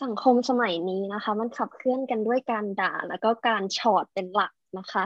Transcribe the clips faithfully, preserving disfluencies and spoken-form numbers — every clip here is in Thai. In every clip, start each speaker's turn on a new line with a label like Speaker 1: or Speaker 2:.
Speaker 1: สังคมสมัยนี้นะคะมันขับเคลื่อนกันด้วยการด่าแล้วก็การฉอดเป็นหลักนะคะ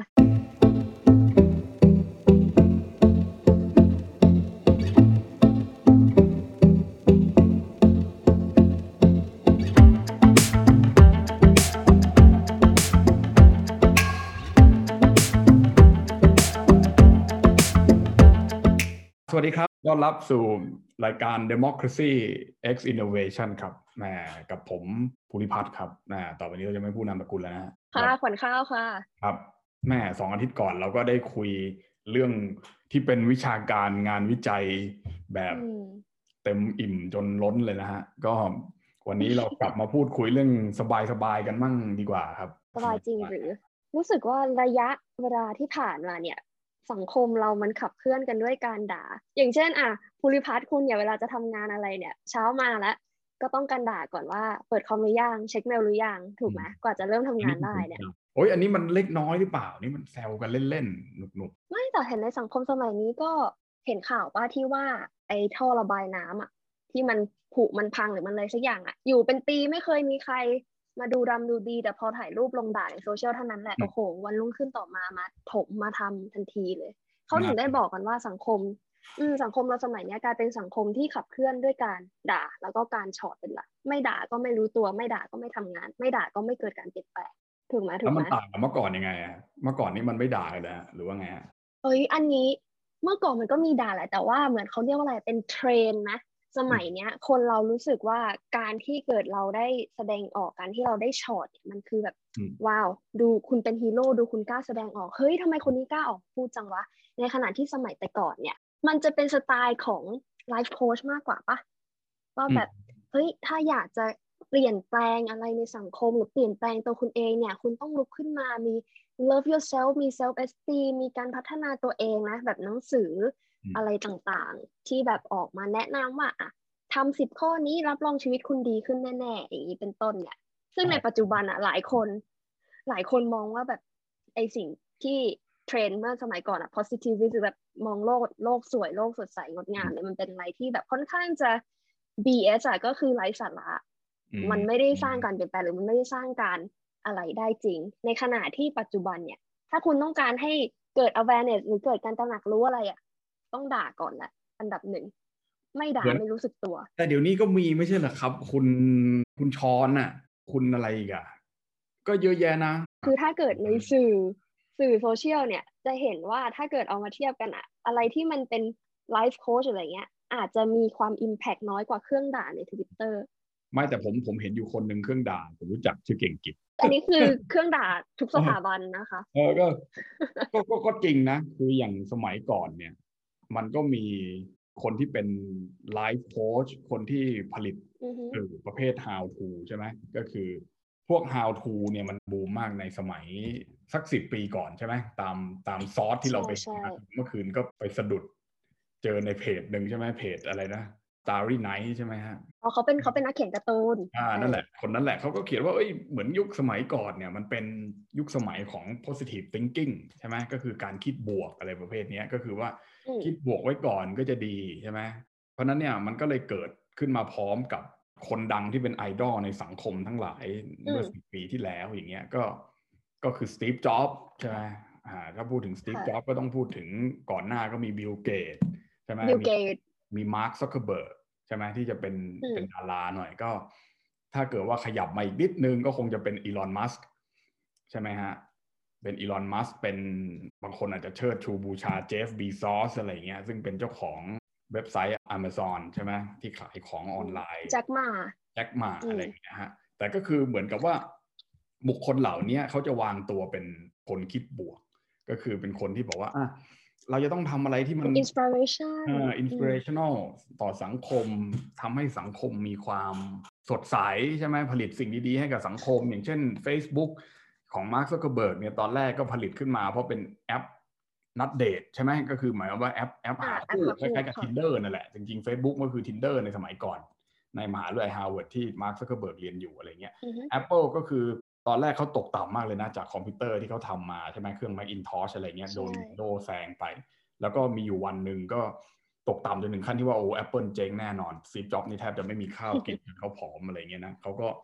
Speaker 2: สวัสดีครับต้อนรับสู่รายการ Democracy X Innovation ครับแหมกับผมภูริพัฒน์ครับแหมต่อไปนี้เราจะไม่พูดนามสกุลแล้วนะฮะ
Speaker 1: ค่ะขวัญข้าวค่ะ
Speaker 2: ครับแหมสองอาทิตย์ก่อนเราก็ได้คุยเรื่องที่เป็นวิชาการงานวิจัยแบบเต็มอิ่มจนล้นเลยนะฮะก็วันนี้เรากลับมาพูดคุยเรื่องสบายๆกันมั่งดีกว่าครับ
Speaker 1: สบายจริงหรือรู้สึกว่าระยะเวลาที่ผ่านมาเนี่ยสังคมเรามันขับเคลื่อนกันด้วยการด่าอย่างเช่นอ่ะภูริพัฒน์คุณเนี่ยเวลาจะทำงานอะไรเนี่ยเช้ามาแล้วก็ต้องการด่าก่อนว่าเปิดคอมหรือยังเช็คเมลหรือยังถูกไหมกว่าจะเริ่มทำงานได้เนี่ย
Speaker 2: โอ้ยอันนี้มันเล็กน้อยหรือเปล่านี่มันแซวกันเล่นๆหนุก
Speaker 1: ๆไม่แต่เห็นในสังคมสมัยนี้ก็เห็นข่าวว่าที่ว่าไอ้ท่อระบายน้ำอ่ะที่มันผุมันพังหรือมันอะไรสักอย่างอ่ะอยู่เป็นปีไม่เคยมีใครมาดูดำดูดีแต่พอถ่ายรูปลงด่าในโซเชียลเท่านั้นแหละโอ้โหวันรุ่งขึ้นต่อมามาถมมาทำทันทีเลยเขาถึงได้บอกกันว่าสังคมอืมสังคมเราสมัยนี้กลายเป็นสังคมที่ขับเคลื่อนด้วยการด่าแล้วก็การฉอดเป็นหลักไม่ด่าก็ไม่รู้ตัวไม่ด่าก็ไม่ทำงานไม่ด่าก็ไม่เกิดการเปลี่ยนแปลงถูกไหมถูกไหม
Speaker 2: แล้วมันต่างกับเมื่อก่อนยังไงอะเมื่อก่อนนี้มันไม่ด่าเลยนะหรือว่าไงฮะ
Speaker 1: เอ้ยอันนี้เมื่อก่อนมันก็มีด่าแหละแต่ว่าเหมือนเขาเรียกว่าอะไรเป็นเทรนนะสมัยเนี้ยคนเรารู้สึกว่าการที่เกิดเราได้แสดงออกการที่เราได้ช็อตมันคือแบบว้าวดูคุณเป็นฮีโร่ดูคุณกล้าแสดงออกเฮ้ยทำไมคนนี้กล้าออกพูดจังวะในขณะที่สมัยแต่ก่อนเนี่ยมันจะเป็นสไตล์ของไลฟ์โค้ชมากกว่าปะว่าแบบเฮ้ยถ้าอยากจะเปลี่ยนแปลงอะไรในสังคมหรือเปลี่ยนแปลงตัวคุณเองเนี่ยคุณต้องลุกขึ้นมามี love yourself มี self esteem มีการพัฒนาตัวเองนะแบบหนังสืออะไรต่างๆที่แบบออกมาแนะนำว่าอ่ะทำสิบข้อนี้รับรองชีวิตคุณดีขึ้นแน่ๆอย่างนี้เป็นต้นเนี่ยซึ่งในปัจจุบันอ่ะหลายคนหลายคนมองว่าแบบไอสิ่งที่เทรนด์เมื่อสมัยก่อนอะ positivity คือแบบมองโลกโลกสวยโลกสดใสงดงามเนี่ยมันเป็นอะไรที่แบบค่อนข้างจะ บี เอส อะก็คือไร้สาระมันไม่ได้สร้างการเปลี่ยนแปลงหรือมันไม่ได้สร้างการอะไรได้จริงในขณะที่ปัจจุบันเนี่ยถ้าคุณต้องการให้เกิด awareness หรือเกิดการตระหนักรู้อะไรอะต้องด่าก่อนแหละอันดับหนึ่งไม่ด่าไม่รู้สึกตัว
Speaker 2: แต่เดี๋ยวนี้ก็มีไม่ใช่เหรอครับคุณคุณชอนน่ะคุณอะไรอีกอะก็เยอะแยะนะ
Speaker 1: คือถ้าเกิดในสื่อสื่อโซเชียลเนี่ยจะเห็นว่าถ้าเกิดเอามาเทียบกันอะอะไรที่มันเป็นไลฟ์โค้ชอะไรเงี้ยอาจจะมีความ impact น้อยกว่าเครื่องด่าใน Twitter
Speaker 2: ไม่แต่ผมผมเห็นอยู่คนหนึ่งเครื่องด่าผมรู้จักชื่อเก่งกิจ
Speaker 1: อันนี้คือเครื่องด่าทุกสถาบันนะคะ
Speaker 2: เออก็ก็ก็ก็จริงนะคืออย่างสมัยก่อนเนี่ยมันก็มีคนที่เป็นไลฟ์โค้ชคนที่ผลิตสื่อประเภท how to ใช่ไหมก็คือพวก how to เนี่ยมันบูมมากในสมัยสักสิบปีก่อนใช่ไหมตามตามซอสที่เราไปเมื่อคืนก็ไปสะดุดเจอในเพจหนึ่งใช่ไหมเพจอะไรนะ Starry Night ใช่ไหมฮะ
Speaker 1: อ๋อเขาเป็นเขาเป็นนักเขียนการ์ตูน
Speaker 2: อ่านั่นแหละคนนั้นแหละเขาก็เขียนว่าเอ้ยเหมือนยุคสมัยก่อนเนี่ยมันเป็นยุคสมัยของ positive thinking ใช่ไหมก็คือการคิดบวกอะไรประเภทนี้ก็คือว่าคิดบวกไว้ก่อนก็จะดีใช่ไหมเพราะนั้นเนี่ยมันก็เลยเกิดขึ้นมาพร้อมกับคนดังที่เป็นไอดอลในสังคมทั้งหลายเมื่อสิบปีที่แล้วอย่างเงี้ยก็ก็คือสตีฟจ็อบส์ใช่ไหมอ่าถ้าพูดถึงสตีฟจ็อบส์ก็ต้องพูดถึงก่อนหน้าก็มีบิลเกตใช่ไหม
Speaker 1: บิลเกต
Speaker 2: มีมาร์คซักเคอร์เบิร์กใช่ไหมที่จะเป็นเป็นดาราหน่อยก็ถ้าเกิดว่าขยับมาอีกนิดนึงก็คงจะเป็นอีลอนมัสก์ใช่ไหมฮะเป็นอีลอนมัสก์เป็นบางคนอาจจะเชิดชูบูชาเจฟบีซอสอะไรเงี้ยซึ่งเป็นเจ้าของเว็บไซต์ Amazon ใช่ไหมที่ขายของออนไลน์
Speaker 1: แจ็คหม่า
Speaker 2: แจ็คหม่าอะไรอย่างเงี้ยฮะแต่ก็คือเหมือนกับว่าบุคคลเหล่านี้เขาจะวางตัวเป็นคนคิดบวกก็คือเป็นคนที่บอกว่าอ่ะเราจะต้องทำอะไรที่มัน
Speaker 1: inspiration
Speaker 2: อ่า inspirational ต่อสังคมทำให้สังคมมีความสดใสใช่ไหมผลิตสิ่งดีๆให้กับสังคมอย่างเช่น Facebook ของ Mark Zuckerberg เนี่ยตอนแรกก็ผลิตขึ้นมาเพราะเป็นแอปนัดเดทใช่ไหมก็คือหมายความว่าแอปแอปหาคู่คล้ายๆกับ Tinder นั่นแหละจริงๆ Facebook ก็คือ Tinder ในสมัยก่อนในมหาวิทยาลัย Harvard ที่ Mark Zuckerberg เรียนอยู่อะไรเงี้ย Apple ก็คือตอนแรกเขาตกต่ำมากเลยนะจากคอมพิวเตอร์ที่เขาทำมาใช่ไหมเครื่อง Macintosh อะไรเงี้ยโดน Windows แซงไปแล้วก็มีอยู่วันหนึ่งก็ตกต่ำจนถึงขั้นที่ว่าโอ้ Apple เจ๊งแน่นอนซีฟจ็อบส์นี่แทบจะไม่มีข้าวกินเขาผอมอะไรเงี้ยนะเขาก็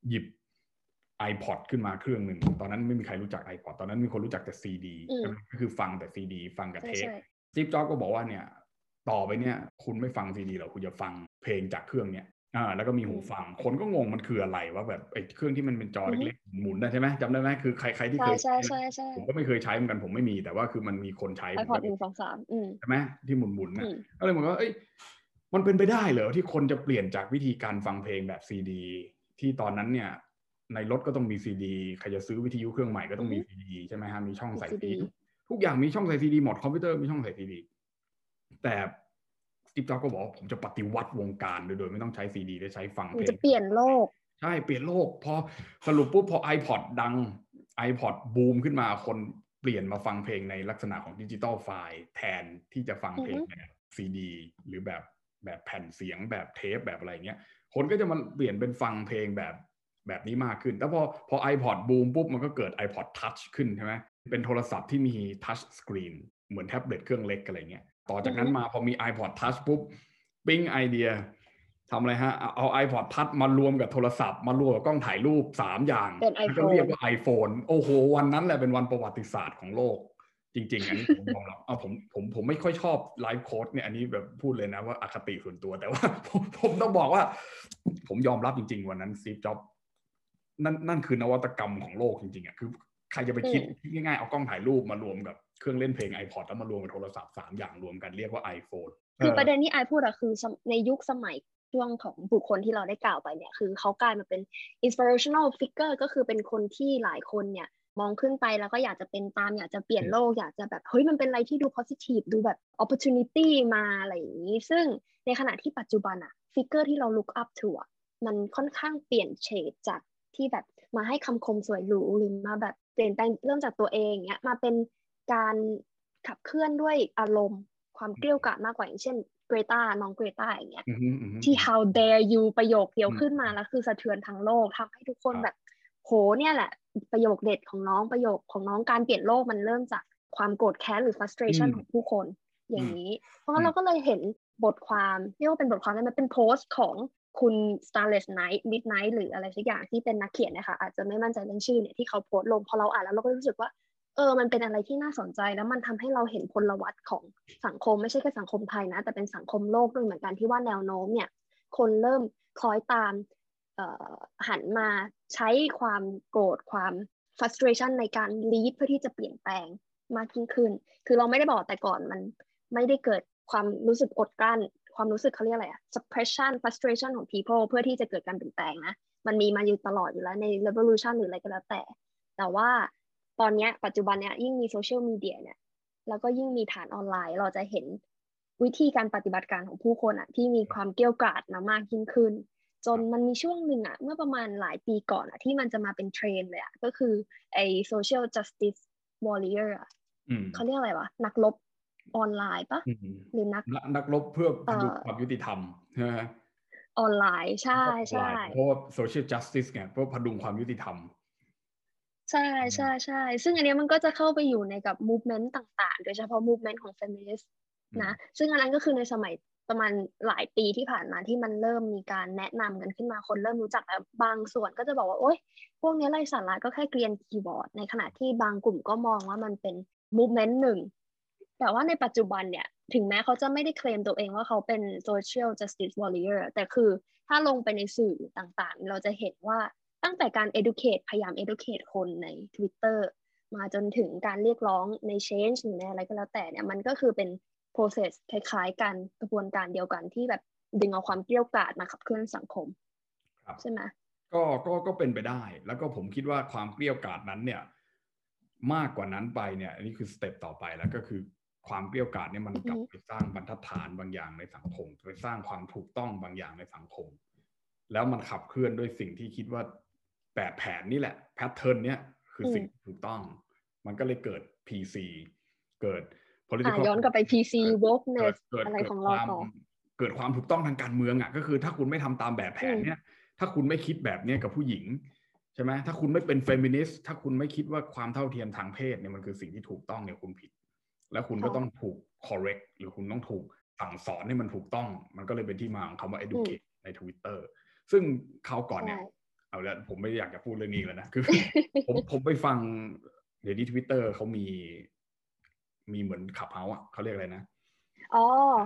Speaker 2: หยิบ iPod ขึ้นมาเครื่องหนึ่งตอนนั้นไม่มีใครรู้จัก iPod ตอนนั้นมีคนรู้จักแต่ ซี ดี ก็คือฟังแต่ ซี ดี ฟังกับเทปสตีฟจ็อบส์ก็บอกว่าเนี่ยต่อไปเนี่ยคุณไม่ฟัง ซี ดี หรอกคุณจะฟังเพลงจากเครื่องเนี้ยอ่าแล้วก็มีหูฟังคนก็งงมันคืออะไรว่าแบบไอ้เครื่องที่มันเป็นจอเล็กๆหมุนได้ใช่ไหมจำได้ไหมคือใครใครที่เคยใช้ผมก็ไม่เคยใช้เหมือนกันผมไม่มีแต่ว่าคือมันมีคนใช้
Speaker 1: iPod หนึ่ง สอง สาม
Speaker 2: ใช่ไหมที่หมุนๆนะก็เลยเหมือนว่าเอ้ยมันเป็นไปได้เหรอที่คนจะเปลี่ยนจากวิธีการฟังเพลงแบบ ซี ดี ที่ตอนนั้นเนี่ยในรถก็ต้องมี ซี ดี ใครจะซื้อวิทยุเครื่องใหม่ก็ต้องมี ซี ดี ใช่ไหมฮะมีช่องใส่ ซี ดี ทุกอย่างมีช่องใส่ ซี ดี หมดคอมพิวเตอร์มีช่องใส่ ซี ดี แต่สตีฟจ็อบส์ก็บอกผมจะปฏิวัติวงการโดยโดยไม่ต้องใช้ ซี ดี ได้ใช้ฟังเพลง
Speaker 1: จะเปลี่ยนโลก
Speaker 2: ใช่เปลี่ยนโลกพอสรุปปุ๊บพอ iPod ดัง iPod บูมขึ้นมาคนเปลี่ยนมาฟังเพลงในลักษณะของดิจิตอลไฟล์แทนที่จะฟังเพลงแบบ ซี ดี หรือแบบแบบแผ่นเสียงแบบเทปแบบอะไรเงี้ยคนก็จะมาเปลี่ยนเป็นฟังเพลงแบบแบบนี้มากขึ้นแล้วพอพอ iPod บูมปุ๊บมันก็เกิด iPod Touch ขึ้นใช่ไหมเป็นโทรศัพท์ที่มี Touch Screen เหมือนแท็บเล็ตเครื่องเล็กอะไรเงี้ยต่อจากนั้นมาพอมี iPod Touch ปุ๊บปิ๊งไอเดียทำอะไรฮะเอา iPod Touch มารวมกับโทรศัพท์มารวมกับกล้องถ่ายรูปสามอย่างแล้วก็เรียกว่า iPhone โอ้โหวันนั้นแหละเป็นวันประวัติศาสตร์ของโลกจริงๆอันนี้ผมยอมรับเอาผมผมผมไม่ค่อยชอบไลฟ์โค้ดเนี่ยอันนี้แบบพูดเลยนะว่าอคติส่วนตัวแต่ว่าผมผมต้องบอกว่าผมยอมรับจริงๆวันนั้นสตีฟจ็อบส์นั่นนั่นคือนวัตกรรมของโลกจริงๆอ่ะคือใครจะไปคิดง่ายๆเอากล้องถ่ายรูปมารวมกับเครื่องเล่นเพลง iPod แล้วมารวมกับโทรศัพท์สามอย่างรวมกันเรียกว่า iPhone
Speaker 1: คือประเด็นที่ไอพูดอะคือในยุคสมัยช่วงของบุคคลที่เราได้กล่าวไปเนี่ยคือเขากลายมาเป็น inspirational figure ก็คือเป็นคนที่หลายคนเนี่ยมองขึ้นไปแล้วก็อยากจะเป็นตามอยากจะเปลี่ยนโลกอยากจะแบบเฮ้ยมันเป็นอะไรที่ดู positive ดูแบบ opportunity มาอะไรอย่างนี้ซึ่งในขณะที่ปัจจุบันอะ figure ที่เรา look up to อะมันค่อนข้างเปลี่ยนเฉดจากที่แบบมาให้คำคมสวยหรูหรือมาแบบเปลี่ยนแปลงเริ่มจากตัวเองเนี่ยมาเป็นการขับเคลื่อนด้วยอารมณ์ความเกลี้ยกล่อมมากกว่าอย่างเช่นเกรตาน้องเกรตาอย่างเงี้ยที่ how dare you ประโยคเดียวขึ้นมาแล้วคือสะเทือนทั้งโลกทำให้ทุกคนแบบโหเนี่ยแหละประโยคเด็ดของน้องประโยคของน้องการเปลี่ยนโลกมันเริ่มจากความโกรธแค้นหรือ frustration ของผู้คนอย่างนี้เพราะงั้นเราก็เลยเห็นบทความเรียกว่าเป็นบทความนั้นมันเป็นโพสต์ของคุณ Starless Night Midnight หรืออะไรสักอย่างที่เป็นนักเขียนนะคะอาจจะไม่มั่นใจเรื่องชื่อเนี่ยที่เขาโพสต์ลงพอเราอ่านแล้วเราก็รู้สึกว่าเออมันเป็นอะไรที่น่าสนใจแล้วมันทำให้เราเห็นพลวัตของสังคมไม่ใช่แค่สังคมไทยนะแต่เป็นสังคมโลกด้วยเหมือนกันที่ว่าแนวโน้มเนี่ยคนเริ่มคล้อยตามหันมาใช้ความโกรธความ frustration ในการ lead เพื่อที่จะเปลี่ยนแปลงมากยิ่งขึ้นคือเราไม่ได้บอกแต่ก่อนมันไม่ได้เกิดความรู้สึกอดกลั้นความรู้สึกเขาเรียกอะไรอะ suppression frustration ของ people เพื่อที่จะเกิดการเปลี่ยนแปลงนะมันมีมาอยู่ตลอดอยู่แล้วใน revolution หรืออะไรก็แล้วแต่แต่ว่าตอนนี้ปัจจุบันเนี้ยยิ่งมีโซเชียลมีเดียเนี่ยแล้วก็ยิ่งมีฐานออนไลน์เราจะเห็นวิธีการปฏิบัติการของผู้คนอะที่มีความเกรี้ยวกราดมามากยิ่งขึ้นจนมันมีช่วงหนึ่งอะเมื่อประมาณหลายปีก่อนอะที่มันจะมาเป็นเทรนด์เลยอะก็คือไอ้ social justice warrior อะเขาเรียกอะไรวะนักรบออนไลน์ปะหรือนัก
Speaker 2: นักรบเพื่อพดุงความยุติธรรมใช่ไหม
Speaker 1: ออนไลน์ใช่ใช่
Speaker 2: เพราะว่า social justice ไงเพื่อพดุงความยุติธรรม
Speaker 1: ใช่ใช่ใช่ซึ่งอันนี้มันก็จะเข้าไปอยู่ในกับ movement ต่างๆโดยเฉพาะ movement ของ feminist นะซึ่งอันนั้นก็คือในสมัยประมาณหลายปีที่ผ่านมาที่มันเริ่มมีการแนะนำกันขึ้นมาคนเริ่มรู้จักแล้วบางส่วนก็จะบอกว่าโอ๊ยพวกนี้ไร้สาระก็แค่เกรียนคีย์บอร์ดในขณะที่บางกลุ่มก็มองว่ามันเป็น movement หนึ่งแต่ว่าในปัจจุบันเนี่ยถึงแม้เขาจะไม่ได้เคลมตัวเองว่าเขาเป็น social justice warrior แต่คือถ้าลงไปในสื่อต่างๆเราจะเห็นว่าตั้งแต่การ educate พยายาม educate คนใน Twitter มาจนถึงการเรียกร้องใน change หรือในอะไรก็แล้วแต่เนี่ยมันก็คือเป็น process คล้ายๆกันกระบวนการเดียวกันที่แบบดึงเอาความเกลี้ยกล่อมมาขับเคลื่อนสังคมใช่ไหม
Speaker 2: ก็ก็ก็เป็นไปได้แล้วก็ผมคิดว่าความเกลี้ยกล่อมนั้นเนี่ยมากกว่านั้นไปเนี่ยอันนี้คือสเต็ปต่อไปแล้วก็คือความเกลี้ยกล่อมเนี่ยมันกลับไปสร้างบรรทัดฐานบางอย่างในสังคมไปสร้างความถูกต้องบางอย่างในสังคมแล้วมันขับเคลื่อนด้วยสิ่งที่คิดว่าแบบแผนนี่แหละแพทเทิร์นเนี้ยคือสิ่งถูกต้องมันก็เลยเกิด พี ซี เกิด
Speaker 1: political ย้อนกลับไป พี ซี wokeness อะไรของเราต่อ
Speaker 2: เกิดความถูกต้องทางการเมืองอ่ะก็คือถ้าคุณไม่ทำตามแบบแผนเนี้ยถ้าคุณไม่คิดแบบนี้กับผู้หญิงใช่ไหมถ้าคุณไม่เป็นเฟมินิสต์ถ้าคุณไม่คิดว่าความเท่าเทียมทางเพศเนี่ยมันคือสิ่งที่ถูกต้องเนี่ยคุณผิดแล้วคุณก็ต้องถูก correct หรือคุณต้องถูกสั่งสอนให้มันถูกต้องมันก็เลยเป็นที่มาของคำว่า educate ใน Twitter ซึ่งคราวก่อนเนี่ยเอาละผมไม่อยากจะพูดเรื่องนี้แล้วนะคือผมผมไปฟังเดี๋ยวนี้ Twitter เขามีมีเหมือนขับเฮาส์อ่ะเขาเรียกอะไรนะ
Speaker 1: อ๋อ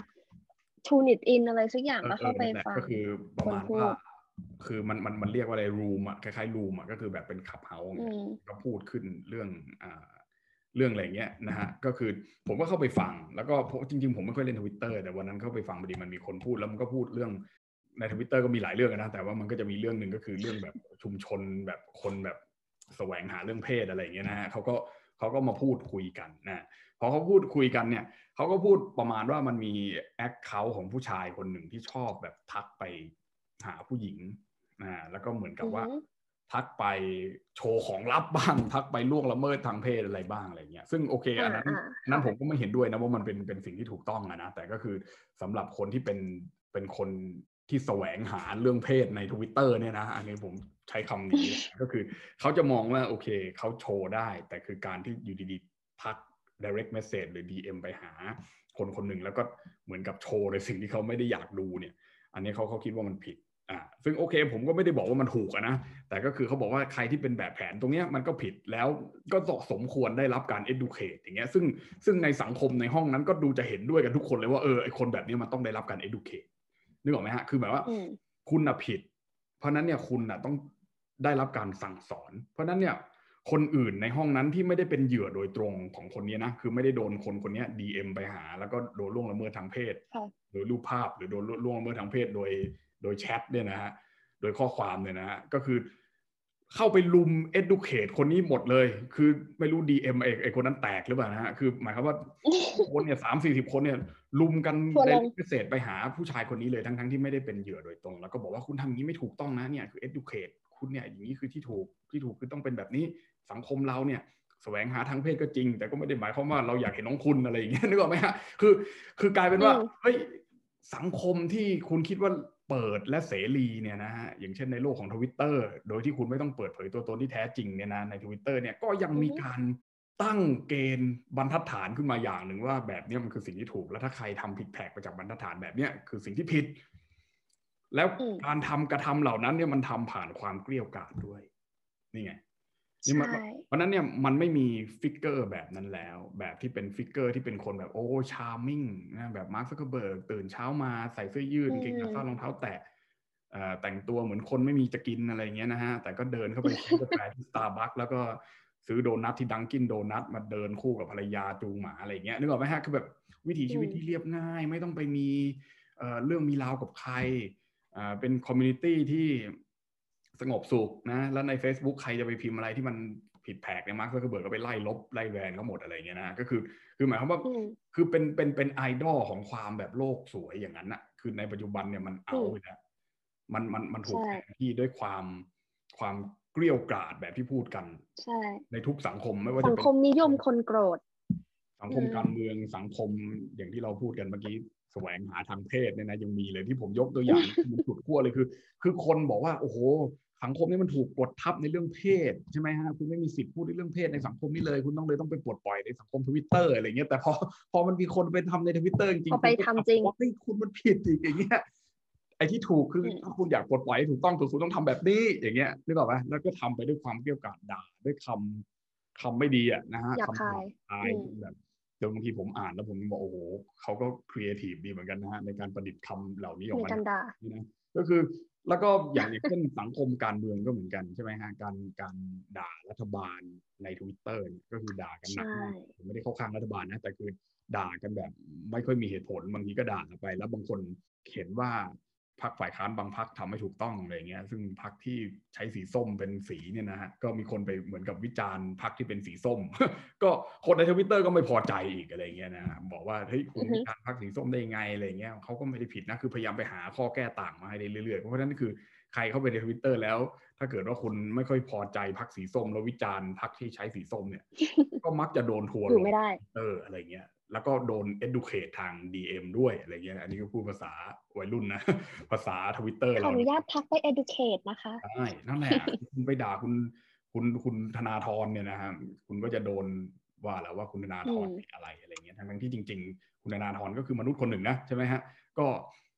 Speaker 1: Tune it in อะไรสักอย่างก็เข้าไปฟัง
Speaker 2: ก็คือประมาณว่าคือมันมันมันเรียกว่าอะไรรูมอ่ะคล้ายๆรูมอ่ะก็คือแบบเป็นขับเฮาส์ก็พูดขึ้นเรื่องอ่าเรื่องอะไรเงี้ยนะฮะก็คือผมก็เข้าไปฟังแล้วก็จริงๆผมไม่ค่อยเล่น Twitter แต่วันนั้นเข้าไปฟังพอดีมันมีคนพูดแล้วมันก็พูดเรื่องใน Twitter ก็มีหลายเรื่องนะแต่ว่ามันก็จะมีเรื่องหนึ่งก็คือเรื่องแบบชุมชนแบบคนแบบแสวงหาเรื่องเพศอะไรเงี้ยนะฮะเขาก็เขาก็มาพูดคุยกันนะพอเขาพูดคุยกันเนี่ยเขาก็พูดประมาณว่ามันมีแอคเคาท์ของผู้ชายคนหนึ่งที่ชอบแบบทักไปหาผู้หญิงนะแล้วก็เหมือนกับว่าทักไปโชว์ของลับบ้างทักไปล่วงละเมิดทางเพศอะไรบ้างอะไรเงี้ยซึ่งโอเคอันนั้นนั้นผมก็ไม่เห็นด้วยนะว่ามันเป็นเป็นสิ่งที่ถูกต้องนะแต่ก็คือสำหรับคนที่เป็นเป็นคนที่แสวงหาเรื่องเพศใน Twitter เนี่ยนะอันนี้ผมใช้คำนี้ก็คือเขาจะมองว่าโอเคเขาโชว์ได้แต่คือการที่อยู่ดีๆทัก direct message หรือ ดี เอ็ม ไปหาคนคนหนึ่งแล้วก็เหมือนกับโชว์ในสิ่งที่เขาไม่ได้อยากดูเนี่ยอันนี้เขาเขาคิดว่ามันผิดอ่าซึ่งโอเคผมก็ไม่ได้บอกว่ามันถูกนะแต่ก็คือเขาบอกว่าใครที่เป็นแบบแผนตรงนี้มันก็ผิดแล้วก็สมควรได้รับการ educate อย่างเงี้ยซึ่งซึ่งในสังคมในห้องนั้นก็ดูจะเห็นด้วยกันทุกคนเลยว่าเออไอคนแบบนี้มันต้องได้รับการ educate นึกออกไหมฮะคือแบบว่าคุณน่ะผิดเพราะนั้นเนี่ยคุณน่ะต้องได้รับการสั่งสอนเพราะนั้นเนี่ยคนอื่นในห้องนั้นที่ไม่ได้เป็นเหยื่อโดยตรงของคนนี้นะคือไม่ได้โดนคนคนนี้ ดี เอ็ม ไปหาแล้วก็โดนล่วงละเมิดทางเพศโดยรูปภาพหรือโดนล่วงละเมิดทางเพศโดยโดยแชทเนี่ยนะฮะโดยข้อความเนี่ยนะฮะก็คือเข้าไปลุม educate คนนี้หมดเลยคือไม่รู้ ดี เอ็ม ไอ้ไอ้คนนั้นแตกหรือเปล่านะฮะคือหมายความว่าคนเนี่ยสามสี่สิบคนเนี่ยลุมกันในพิเศษไปหาผู้ชายคนนี้เลยทั้งทั้งที่ไม่ได้เป็นเหยื่อโดยตรงแล้วก็บอกว่าคุณทำอย่างนี้ไม่ถูกต้องนะเนี่ยคือ educate คุณเนี่ยอย่างนี้คือที่ถูกที่ถูกคือต้องเป็นแบบนี้สังคมเราเนี่ยแสวงหาทางเพศก็จริงแต่ก็ไม่ได้หมายความว่าเราอยากเห็นน้องคุณอะไรอย่างเงี้ยนึกออกไหมฮะคือคือกลายเป็นว่าเฮ้ยสังคมที่คุณคิดว่าเปิดและเสรีเนี่ยนะฮะอย่างเช่นในโลกของ Twitter โดยที่คุณไม่ต้องเปิดเผยตัวตนที่แท้จริงเนี่ยนะใน Twitter เนี่ยก็ยังมีการตั้งเกณฑ์บรรทัดฐานขึ้นมาอย่างหนึ่งว่าแบบนี้มันคือสิ่งที่ถูกแล้วถ้าใครทำผิดแผกไปจากบรรทัดฐานแบบนี้คือสิ่งที่ผิดแล้วการทำกระทำเหล่านั้นเนี่ยมันทำผ่านความเกลี้ยกล่อมด้วยนี่ไงนี่มันเพราะนั้นเนี่ยมันไม่มีฟิกเกอร์แบบนั้นแล้วแบบที่เป็นฟิกเกอร์ที่เป็นคนแบบโอ้ชาร์มมิ่งนะแบบมาร์ค ซักเคอร์เบิร์กตื่นเช้ามาใส่เสื้อยืดกางเกงขาสั้นรองเท้าแตะแต่งตัวเหมือนคนไม่มีจะกินอะไรเงี้ยนะฮะแต่ก็เดินเข้าไปซื้อกาแฟที่สตาร์บัคแล้วก็ซื้อโดนัทที่ดังกินโดนัทมาเดินคู่กับภรรยาจูงหมาอะไรเงี้ยนึกออกไหมฮะคือแบบวิถีชีวิตที่เรียบง่ายไม่ต้องไปมีเรื่องมีราวกับใครเป็นคอมมูนิตี้ที่สงบสุขนะแล้วใน Facebook ใครจะไปพิมพ์อะไรที่มันผิดแผกเนี่ยมาร์ค ซักเคอร์เบิร์กก็ไปไล่ลบไล่แวนเขาหมดอะไรเงี้ยนะก็คือคือหมายความว่าคือเป็นเป็นเป็นไอดอลของความแบบโลกสวยอย่างนั้นน่ะคือในปัจจุบันเนี่ยมันเอาไปแล้วมันมันมันถูกแทนที่ด้วยความความเกลี้ยกล่อมแบบที่พูดกันในทุกสังคมไม่ว่าจะเป็น
Speaker 1: สังคมนิยมคนโกรธ
Speaker 2: สังคมการเมืองสังคมอย่างที่เราพูดกันเมื่อกี้แสวงหาทางเพศเนี่ยนะยังมีเลยที่ผมยกตัวอย่างมันสุดขั้วเลยคือคือคนบอกว่าโอ้โหสังคมนี้มันถูกกดทับในเรื่องเพศใช่ไหมฮะคุณไม่มีสิทธิ์พูดในเรื่องเพศในสังคมนี้เลยคุณต้องเลยต้องไปปลดปล่อยในสังคม Twitter อะไรเงี้ยแต่พอพอมันมีคนไปทำใน Twitter จริงๆพอ
Speaker 1: ไปทำจริง
Speaker 2: ว่าเฮ้ยคุณมันผิดอีกอย่างเงี้ยไอ้ที่ถูกคือถ้าคุณอยากปลดปล่อยถูกต้องคุณต้องทำแบบนี้อย่างเงี้ยนึกออกไหมแล้วก็ทำไปด้วยความเกลี้ยกล่อมด่าด้วยคำคำไม่ดีอ่ะนะฮะคำหยาบคายแบบจนบางทีผมอ่านแล้วผมบอกโอ้โหเขาก็ครีเอทีฟดีเหมือนกันนะฮะในการประดิษฐ์คำเหล่านี้ออกมานี่นะก็คือแล้วก็อย่างเช่นสังคมการเมืองก็เหมือนกันใช่ไหมฮะการการด่ารัฐบาลใน Twitter ก็คือด่ากันหนักมากผมไม่ได้เข้าข้างรัฐบาลนะแต่คือด่ากันแบบไม่ค่อยมีเหตุผลบางทีก็ด่าไปแล้วบางคนเขียนว่าพรรคฝ่ายค้านบางพรรคทำไม่ถูกต้องอะไรเงี้ยซึ่งพรรคที่ใช้สีส้มเป็นสีเนี่ยนะฮะก็มีคนไปเหมือนกับวิจารณ์พรรคที่เป็นสีส้ม ก็คนใน Twitter ก็ไม่พอใจอีกอะไรเงี้ยนะบอกว่าเฮ้ยคุณวิจารณ์พรรคสีส้มได้ไงอะไรเงี้ยเขาก็ไม่ได้ผิดนะคือพยายามไปหาข้อแก้ต่างมาให้เรื่อยๆเพราะฉะนั้นคือใครเข้าไปใน Twitter แล้วถ้าเกิดว่าคุณไม่ค่อยพอใจพรรคสีส้มแล้ววิจารณ์พรรคที่ใช้สีส้มเนี่ยก็มักจะโดนทัวร์ลงเอออะไรเงี้ยแล้วก็โดน educate ทาง ดี เอ็ม ด้วยอะไรเงี้ยอันนี้ก็พูดภาษาวัยรุ่นนะภาษา Twitter
Speaker 1: เราขออนุญาตทักไป educate นะคะ
Speaker 2: ใช่นั่นแหละคุณไปด่าคุณคุณคุณธนาธรเนี่ยนะฮะคุณก็จะโดนว่าแล้วว่าคุณธนาธรอะไรอะไรเงี้ยทั้งที่จริงๆคุณธนาธรก็คือมนุษย์คนหนึ่งนะใช่ไหมฮะก็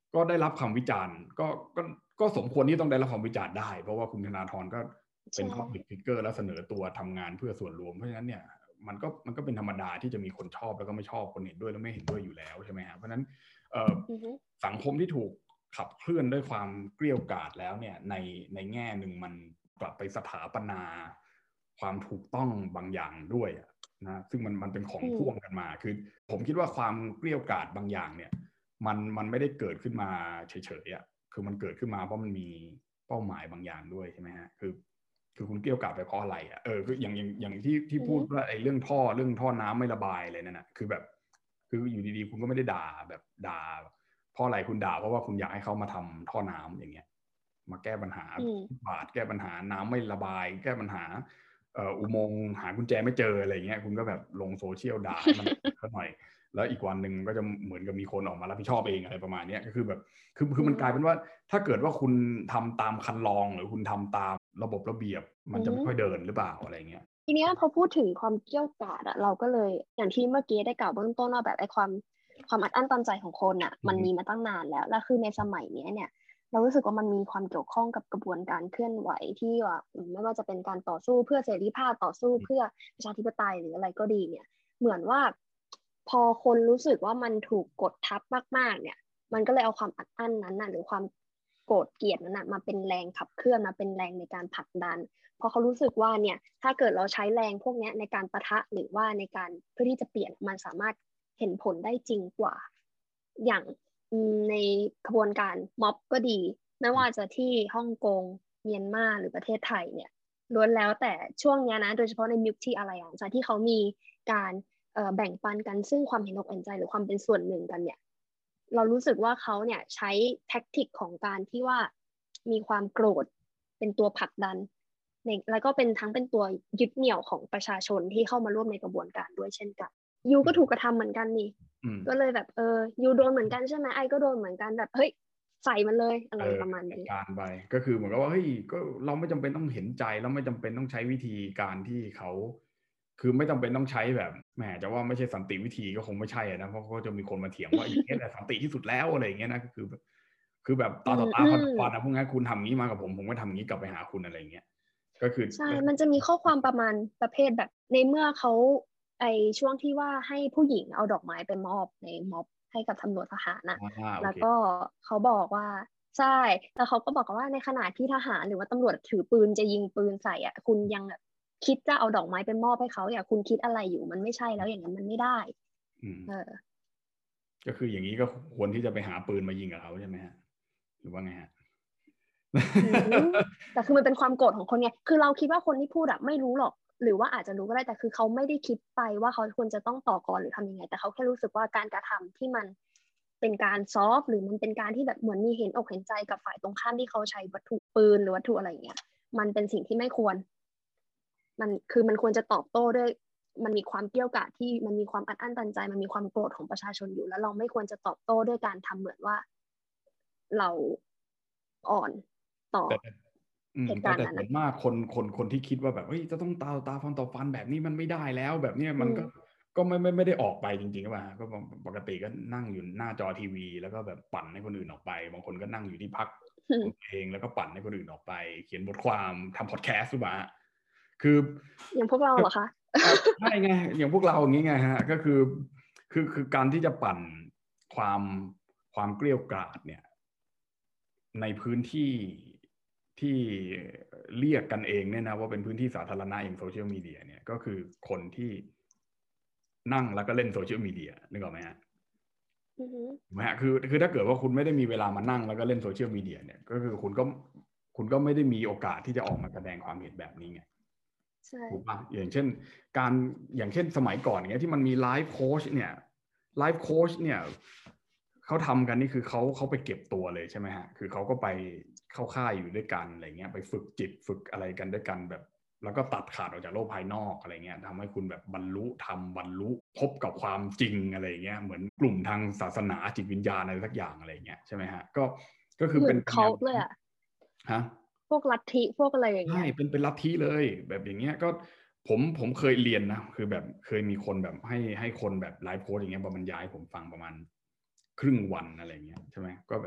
Speaker 2: ก็ได้รับคำวิจารณ์ก็ก็ก็สมควรที่ต้องได้รับคำวิจารณ์ได้เพราะว่าคุณธนาธรก็เป็น public figure แล้วเสนอตัวทำงานเพื่อส่วนรวมเพราะฉะนั้นเนี่ยมันก็มันก็เป็นธรรมดาที่จะมีคนชอบแล้วก็ไม่ชอบคนเห็นด้วยแล้วไม่เห็นด้วยอยู่แล้วใช่ไหมฮะเพราะฉะนั้นสังคมที่ถูกขับเคลื่อนด้วยความเกลี้ยกล่อมแล้วเนี่ยในในแง่หนึ่งมันกลับไปสถาปนาความถูกต้องบางอย่างด้วยนะซึ่งมันมันเป็นของพ่วงกันมาคือผมคิดว่าความเกลี้ยกล่อมบางอย่างเนี่ยมันมันไม่ได้เกิดขึ้นมาเฉยๆอ่ะคือมันเกิดขึ้นมาเพราะมันมีเป้าหมายบางอย่างด้วยใช่ไหมฮะคือคือคุณเกลี้ยกล่อมไปเพราะอะไรอ่ะเออคืออย่างอย่างอย่างที่ที่พูดว่าไอ้เรื่องท่อเรื่องท่อน้ำไม่ระบายอะไรนั่นนะคือแบบคืออยู่ดีๆคุณก็ไม่ได้ด่าแบบด่าเพราะอะไรคุณด่าเพราะว่าคุณอยากให้เขามาทำท่อน้ำอย่างเงี้ยมาแก้ปัญหาบาดแก้ปัญหาน้ำไม่ระบายแก้ปัญหาอุโมงค์หากุญแจไม่เจออะไรเงี้ยคุณก็แบบลงโซเชียลด่าให้มันสักหน่อยแล้วอีกวันหนึ่งก็จะเหมือนกับมีคนออกมารับผิดชอบเองอะไรประมาณนี้ก็คือแบบคือคือมันกลายเป็นว่าถ้าเกิดว่าคุณทำตามคันลองหรือคุณทำตามระบบระเบียบมันจะไม่ค่อยเดินหรือเปล่าอะไรเงี้ย
Speaker 1: ทีนี้พอพูดถึงความเกี่ยวกาดอะเราก็เลยอย่างที่เมื่อกี้ได้กล่าวเบื้องต้นว่าแบบไอ้ความความอัดอั้นตันใจของคนอะมันมีมาตั้งนานแล้วแล้วคือในสมัยนี้เนี่ยเรารู้สึกว่ามันมีความเกี่ยวข้องกับกระบวนการเคลื่อนไหวที่ว่าไม่ว่าจะเป็นการต่อสู้เพื่อเสรีภาพต่อสู้เพื่อประชาธิปไตยหรืออะไรก็ดีเนี่ยเหมือนว่าพอคนรู้สึกว่ามันถูกกดทับมากๆเนี่ยมันก็เลยเอาความอัดอั้นนั้นน่ะหรือความโกรธเกลียดนั้นน่ะมาเป็นแรงขับเคลื่อนมาเป็นแรงในการผลักดันเพราะเขารู้สึกว่าเนี่ยถ้าเกิดเราใช้แรงพวกนี้ในการปะทะหรือว่าในการเพื่อที่จะเปลี่ยนมันสามารถเห็นผลได้จริงกว่าอย่างในขบวนการม็อบก็ดีไม่ว่าจะที่ฮ่องกงเมียนมาหรือประเทศไทยเนี่ยล้วนแล้วแต่ช่วงนี้นะโดยเฉพาะในยุคที่อะไรอย่างจากที่เขามีการแบ่งปันกันซึ่งความเห็นอกเห็นใจหรือความเป็นส่วนหนึ่งกันเนี่ยเรารู้สึกว่าเขาเนี่ยใช้แท็กติกของการที่ว่ามีความโกรธเป็นตัวผลักดันแล้วก็เป็นทั้งเป็นตัวยึดเหนี่ยวของประชาชนที่เข้ามาร่วมในกระบวนการด้วยเช่นกันยูก็ถูกกระทำเหมือนกันนี่ก็เลยแบบเออยูโดนเหมือนกันใช่ไหมไอก็โดนเหมือนกันแบบเฮ้ยใส่มันเลยอะไรประมาณนี้
Speaker 2: การไปก็คือเหมือนกับว่าเฮ้ยก็เราไม่จำเป็นต้องเห็นใจแล้วไม่จำเป็นต้องใช้วิธีการที่เขาคือไม่จำเป็นต้องใช้แบบแหมจะว่าไม่ใช่สันติวิธีก็คงไม่ใช่นะเพราะก็จะมีคนมาเถียงว่าอย่างนี้แหละสันติที่สุดแล้วอะไรอย่างเงี้ยนะก็คือคือแบบตาต่อตาฟันต่อฟันนะพวกงั้นคุณทำงี้มากับผมผมก็ทำงี้กลับไปหาคุณอะไรอย่างเงี้ยก็คือ
Speaker 1: ใช่มันจะมีข้อความประมาณประเภทแบบในเมื่อเขาไอช่วงที่ว่าให้ผู้หญิงเอาดอกไม้ไปมอบในม็อบให้กับตำรวจทหารน่ะแล้วก็เขาบอกว่าใช่แล้วเขาก็บอกว่าในขณะที่ทหารหรือว่าตำรวจถือปืนจะยิงปืนใส่อ่ะคุณยังแบบคิดจะเอาดอกไม้ไปมอบให้เขาอย่าคุณคิดอะไรอยู่มันไม่ใช่แล้วอย่างนั้นมันไม่ได้เออ
Speaker 2: ก็คืออย่างนี้ก็ควรที่จะไปหาปืนมายิงกับเขาใช่ไหมฮะหรือว่าไงฮะ
Speaker 1: แต่คือมันเป็นความโกรธของคนไงคือเราคิดว่าคนที่พูดอะไม่รู้หรอกหรือว่าอาจจะรู้ก็ได้แต่คือเขาไม่ได้คิดไปว่าเขาควรจะต้องต่อกรหรือทำยังไงแต่เขาแค่รู้สึกว่าการกระทำที่มันเป็นการซอฟหรือมันเป็นการที่แบบเหมือนมีเห็นอกเห็นใจกับฝ่ายตรงข้ามที่เขาใช้วัตถุปืนหรือวัตถุอะไรอย่างเงี้ยมันเป็นสิ่งที่ไม่ควรมันคือมันควรจะตอบโต้ด้วยมันมีความเกี้ยวกาดที่มันมีความอัดอั้นตันใจมันมีความโกรธของประชาชนอยู่แล้วเราไม่ควรจะตอบโต้ด้วยการทำเหมือนว่าเราอ่อนต่อเหตุการณ์นั้น
Speaker 2: แต่ส่วนมากคนคนคนที่คิดว่าแบบเฮ้ยจะต้องตาตาฟันต่อฟันแบบนี้มันไม่ได้แล้วแบบนี้มันก็ก็ไม่ไม่ไม่ได้ออกไปจริงๆก็ป่ะก็ปกติก็นั่งอยู่หน้าจอทีวีแล้วก็แบบปั่นให้คนอื่นออกไปบางคนก็นั่งอยู่ที่พักของตัวเองแล้วก็ปั่นให้คนอื่นออกไปเขียนบทความทำพอดแคสต์หรือเปล่าคือ
Speaker 1: อย่างพวกเราเหรอคะ
Speaker 2: ใช่ไงอย่างพวกเราอย่างนี้ไงฮะก็คือคือคือการที่จะปั่นความความเกลี้ยกล่อมเนี่ยในพื้นที่ที่เรียกกันเองเนี่ยนะว่าเป็นพื้นที่สาธารณะอย่างโซเชียลมีเดียเนี่ยก็คือคนที่นั่งแล้วก็เล่นโซเชียลมีเดียนึกออกไหมฮะถูกไหมฮะคือคือถ้าเกิดว่าคุณไม่ได้มีเวลามานั่งแล้วก็เล่นโซเชียลมีเดียเนี่ยก็คือคุณก็คุณก็ไม่ได้มีโอกาสที่จะออกมาแสดงความเห็นแบบนี้ไงถูกป่ะอย่างเช่นการอย่างเช่นสมัยก่อนเนี้ยที่มันมีไลฟ์โค้ชเนี่ยไลฟ์โค้ชเนี่ยเขาทำกันนี่คือเขาเขาไปเก็บตัวเลยใช่ไหมฮะคือเขาก็ไปเข้าค่ายอยู่ด้วยกันอะไรเงี้ยไปฝึกจิตฝึกอะไรกันด้วยกันแบบแล้วก็ตัดขาดออกจากโลกภายนอกอะไรเงี้ยทำให้คุณแบบบรรลุธรรมบรรลุพบกับความจริงอะไรเงี้ยเหมือนกลุ่มทางศาสนาจิตวิญญาณอะไรสักอย่างอะไรเงี้ยใช่ไหมฮะก็ก็คือเป็น
Speaker 1: เขาเลยอะ
Speaker 2: ฮะ
Speaker 1: พวกลัทธิพวกอะไรอย่างเงี้ย
Speaker 2: ใช่เป็นเป็นลัทธิเลยแบบอย่างเงี้ยก็ผมผมเคยเรียนนะคือแบบเคยมีคนแบบให้ให้คนแบบไลฟ์โค้ชอย่างเงี้ยบรรยายผมฟังประมาณครึ่งวันอะไรเงี้ยใช่ไหมก็แบบ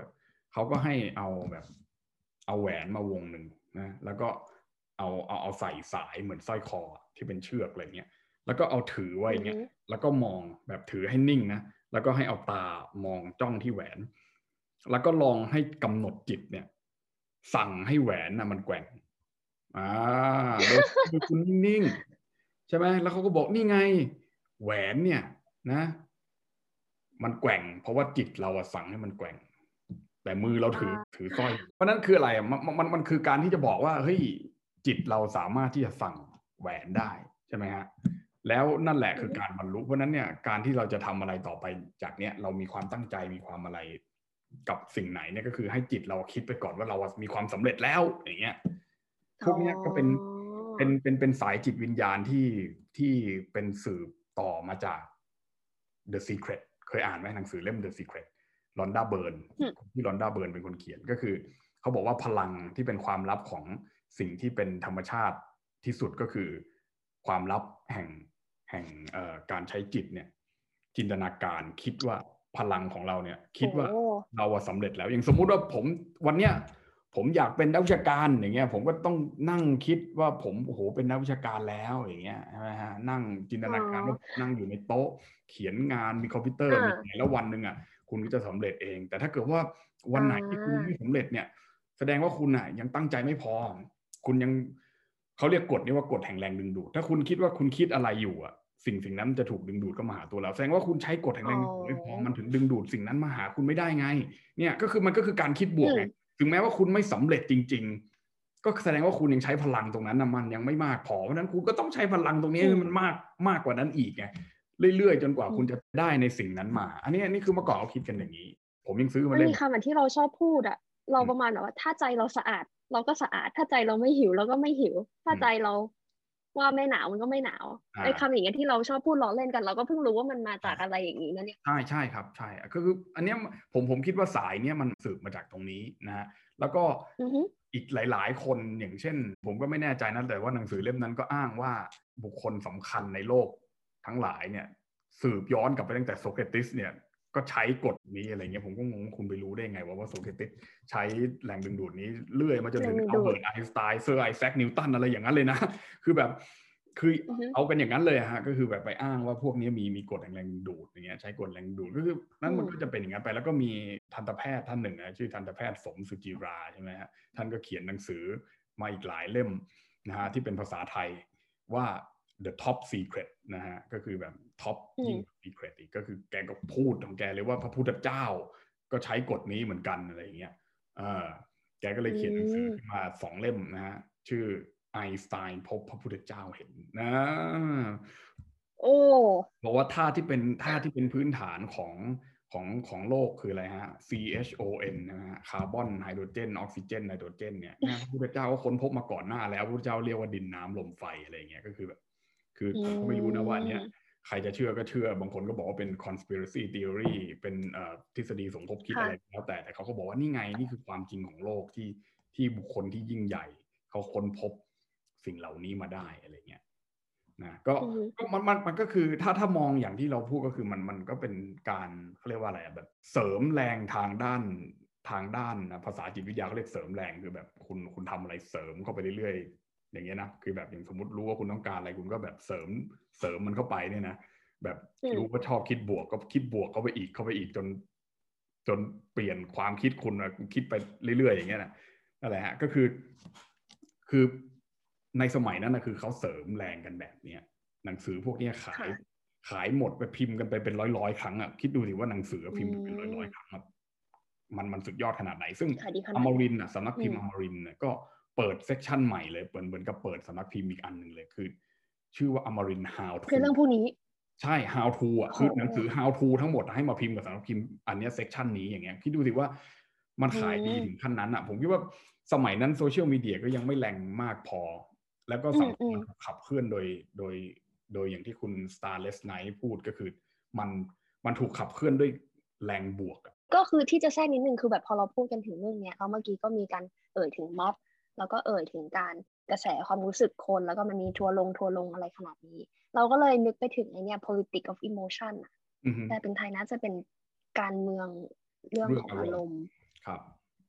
Speaker 2: เขาก็ให้เอาแบบเอาแหวนมาวงหนึ่งนะแล้วก็เอาเอาเอาใส่สายเหมือนสร้อยคอที่เป็นเชือกอะไรเงี้ยแล้วก็เอาถือไว้เงี้ยแล้วก็มองแบบถือให้นิ่งนะแล้วก็ให้เอาตามองจ้องที่แหวนแล้วก็ลองให้กำหนดจิตเนี่ยสั่งให้แหวนนะมันแกว่งอ่าโดยที่คุณนิ่งๆใช่ไหมแล้วเขาก็บอกนี่ไงแหวนเนี่ยนะมันแกว่งเพราะว่าจิตเราสั่งให้มันแกว่งแต่มือเราถือถือสร้อยเพราะนั้นคืออะไรมันมันมันคือการที่จะบอกว่าเฮ้ยจิตเราสามารถที่จะสั่งแหวนได้ใช่ไหมฮะแล้วนั่นแหละคือการบรรลุเพราะนั้นเนี่ยการที่เราจะทำอะไรต่อไปจากเนี้ยเรามีความตั้งใจมีความอะไรกับสิ่งไหนเนี่ยก็คือให้จิตเราคิดไปก่อนว่าเรามีความสำเร็จแล้วอย่างเงี้ยพวกนี้ก็เป็นเป็นเป็นเป็นสายจิตวิญญาณที่ที่เป็นสืบต่อมาจาก The Secret เคยอ่านไหมหนังสือเล่ม The Secret ลอนดาเบิร์นที่ลอนดาเบิร์นเป็นคนเขียนก็คือเขาบอกว่าพลังที่เป็นความลับของสิ่งที่เป็นธรรมชาติที่สุดก็คือความลับแห่งแห่งการใช้จิตเนี่ยจินตนาการคิดว่าพลังของเราเนี่ยคิดว่าเราสำเร็จแล้วอย่างสมมุติว่าผมวันเนี้ยผมอยากเป็นนักวิชาการอย่างเงี้ยผมก็ต้องนั่งคิดว่าผมโอ้โหเป็นนักวิชาการแล้วอย่างเงี้ยใช่ไหมฮะนั่งจินตนาการว่านั่งอยู่ในโต๊ะเขียนงานมีคอมพิวเตอร์มีอะไรแล้ววันหนึ่งอ่ะคุณก็จะสำเร็จเองแต่ถ้าเกิดว่าวันไหนที่คุณไม่สำเร็จเนี่ยแสดงว่าคุณอ่ะยังตั้งใจไม่พอคุณยังเขาเรียกกฎนี้ว่ากฎแห่งแรงดึงดูดถ้าคุณคิดว่าคุณคิดอะไรอยู่อ่ะสิ่งสิ่งนั้นจะถูกดึงดูดเข้ามาหาตัวเราแสดงว่าคุณใช้กฎแห่งแรงดึงดูดไม่พอมันถึงดึงดูดสิ่งนั้นมาหาคุณไม่ได้ไงเนี่ยก็คือมันก็คือการคิดบวกไงถึงแม้ว่าคุณไม่สำเร็จจริงๆก็แสดงว่าคุณยังใช้พลังตรงนั้นนะมันยังไม่มากพอเพราะนั้นคุณก็ต้องใช้พลังตรงนี้ให้มันมากมากกว่านั้นอีกไงเรื่อยๆจนกว่าคุณจะได้ในสิ่งนั้นมาอันนี้อันนี้คือเมื่อก่อนเราคิดกันอย่างนี้ผมยังซื้อมาเล่น
Speaker 1: มันมีคำที่เราชอบพูดอะเราประมาณแบบว่าถ้าใจเราสะอาดเราก็สะอาดถ้าใจเราไม่หิวเราก็ไม่หิวถ้าใจเราว่าไม่หนาวมันก็ไม่หนาวไอ้คำอย่างเงี้ยที่เราชอบพูดล้อเล่นกันเราก็เพิ่งรู้ว่ามันมาจากอะไรอย่างนี้นะเนี่ย
Speaker 2: ใช่ใช่ครับใช่ก็คืออันนี้ผมผมคิดว่าสายเนี้ยมันสืบมาจากตรงนี้นะฮะแล้วก็อีกหลายๆคนอย่างเช่นผมก็ไม่แน่ใจนะแต่ว่าหนังสือเล่มนั้นก็อ้างว่าบุคคลสำคัญในโลกทั้งหลายเนี่ยสืบย้อนกลับไปตั้งแต่โสเครติสเนี่ยก็ใช้กฎนี้อะไรเงี้ยผมก็งงคุณไปรู้ได้ไงว่าว่าโสเครติสใช้แรงดึงดูดนี้เลื่อยมาจนถึงอัลเบิร์ตไอน์สไตน์เซอร์ไอแซคนิวตันอะไรอย่างนั้นเลยนะคือแบบคือเอากันอย่างนั้นเลยฮะก็คือแบบไปอ้างว่าพวกนี้มีมีกฎแห่งแรงดึงดูดอย่างเงี้ยใช้กฎแรงดึงดูดก็คือนั่นมันก็จะเป็นอย่างนั้นไปแล้วก็มีทันตแพทย์ท่านหนึ่งนะชื่อทันตแพทย์สมสุจิราใช่ไหมฮะท่านก็เขียนหนังสือมาอีกหลายเล่มนะฮะที่เป็นภาษาไทยว่า the top secret นะฮะก็คือแบบ top ยิ่ง secret อีกก็คือแกก็พูดของแกเลยว่าพระพุทธเจ้าก็ใช้กฎนี้เหมือนกันอะไรอย่างเงี้ยเออแกก็เลยเขียนหนังสือขึ้นมาสองเล่มนะฮะชื่อไอน์สไตน์พบพระพุทธเจ้าเห็นนะ
Speaker 1: โอ้
Speaker 2: บอกว่าท่าที่เป็นท่าที่เป็นพื้นฐานของของของโลกคืออะไรฮะ ซี เอช โอ เอ็น นะฮะคาร์บอนไฮโดรเจนออกซิเจนไนโตรเจนเนี่ยพระพุทธเจ้าก็ค้นพบมาก่อนหน้าแล้วพระพุทธเจ้าเรียกว่าดินน้ำลมไฟอะไรอย่างเงี้ยก็คือแบบคือผมก็ไม่รู้นะว่าอันเนี้ยใครจะเชื่อก็เชื่อบางคนก็บอกว่าเป็น conspiracy theory เป็นทฤษฎีสมคบคิดอะไรแล้วแต่แต่เขาก็บอกว่านี่ไงนี่คือความจริงของโลกที่ที่บุคคลที่ยิ่งใหญ่เขาค้นพบสิ่งเหล่านี้มาได้อะไรเงี้ยนะก็มันมันมันก็คือถ้าถ้ามองอย่างที่เราพูดก็คือมันมันก็เป็นการเขาเรียกว่าอะไรแบบเสริมแรงทางด้านทางด้านนะภาษาจิตวิทยาเขาเรียกเสริมแรงคือแบบคุณคุณทำอะไรเสริมเข้าไปเรื่อยๆอย่างเงี้ยนะคือแบบอย่างสมมติรู้ว่าคุณต้องการอะไรคุณก็แบบเสริมเสริมมันเข้าไปเนี่ยนะแบบรู้ว่าชอบคิดบวกก็คิดบวกเข้าไปอีกเข้าไปอีกจนจนเปลี่ยนความคิดคุณนะคิดไปเรื่อยๆอย่างเงี้ยนะนั่นแหละฮะก็คือคือในสมัยนั้นนะคือเขาเสริมแรงกันแบบนี้หนังสือพวกนี้ขายขายหมดไปพิมพ์กันไปเป็นร้อยร้อยครั้งอ่ะคิดดูสิว่าหนังสือพิมพ์เป็นร้อยร้อยครั้งมันมันสุดยอดขนาดไหนซึ่งอมรินทร์อ่ะสำนักพิมพ์อมรินทร์เนี่ยก็เปิดเซกชันใหม่เลยเหมือนเหมือนกับเปิดสำนักพิมพ์อีกอันหนึ่งเลยคือชื่อว่าอมรินทร์ how to
Speaker 1: คือเรื่องพวกนี้
Speaker 2: ใช่ how to อ่ะคือหนังสือ how to ทั้งหมดให้มาพิมพ์กับสำนักพิมพ์อันนี้เซกชันนี้อย่างเงี้ยคิดดูสิว่ามันขายดีถึงขั้นนั้นอ่ะผมคิดว่าสมัยนั้นโซเชียลมีเดียก็ยังไม่แรงมากพอแล้วก็สังคมมันขับเคลื่อนโดยโดยโดยอย่างที่คุณ Starless Night พูดก็คือมันมันถูกขับเคลื่อนด้วยแรงบวก
Speaker 1: ก็คือที่จะแทรกนิดนึงคือแบบพอเราพูดกันถึงเรื่องเนี้ยเราเมื่อกี้ก็มีการเอ่ยถึงม็อบแล้วก็เอ่ยถึงการกระแสความรู้สึกคนแล้วก็มันมีทัวลงทัวลงอะไรขนาดนี้เราก็เลยนึกไปถึงไอเนี้ย politics of emotion อ่ะแต่เป็นไทยน่าจะเป็นการเมืองเรื่องของอารมณ์
Speaker 2: ครับ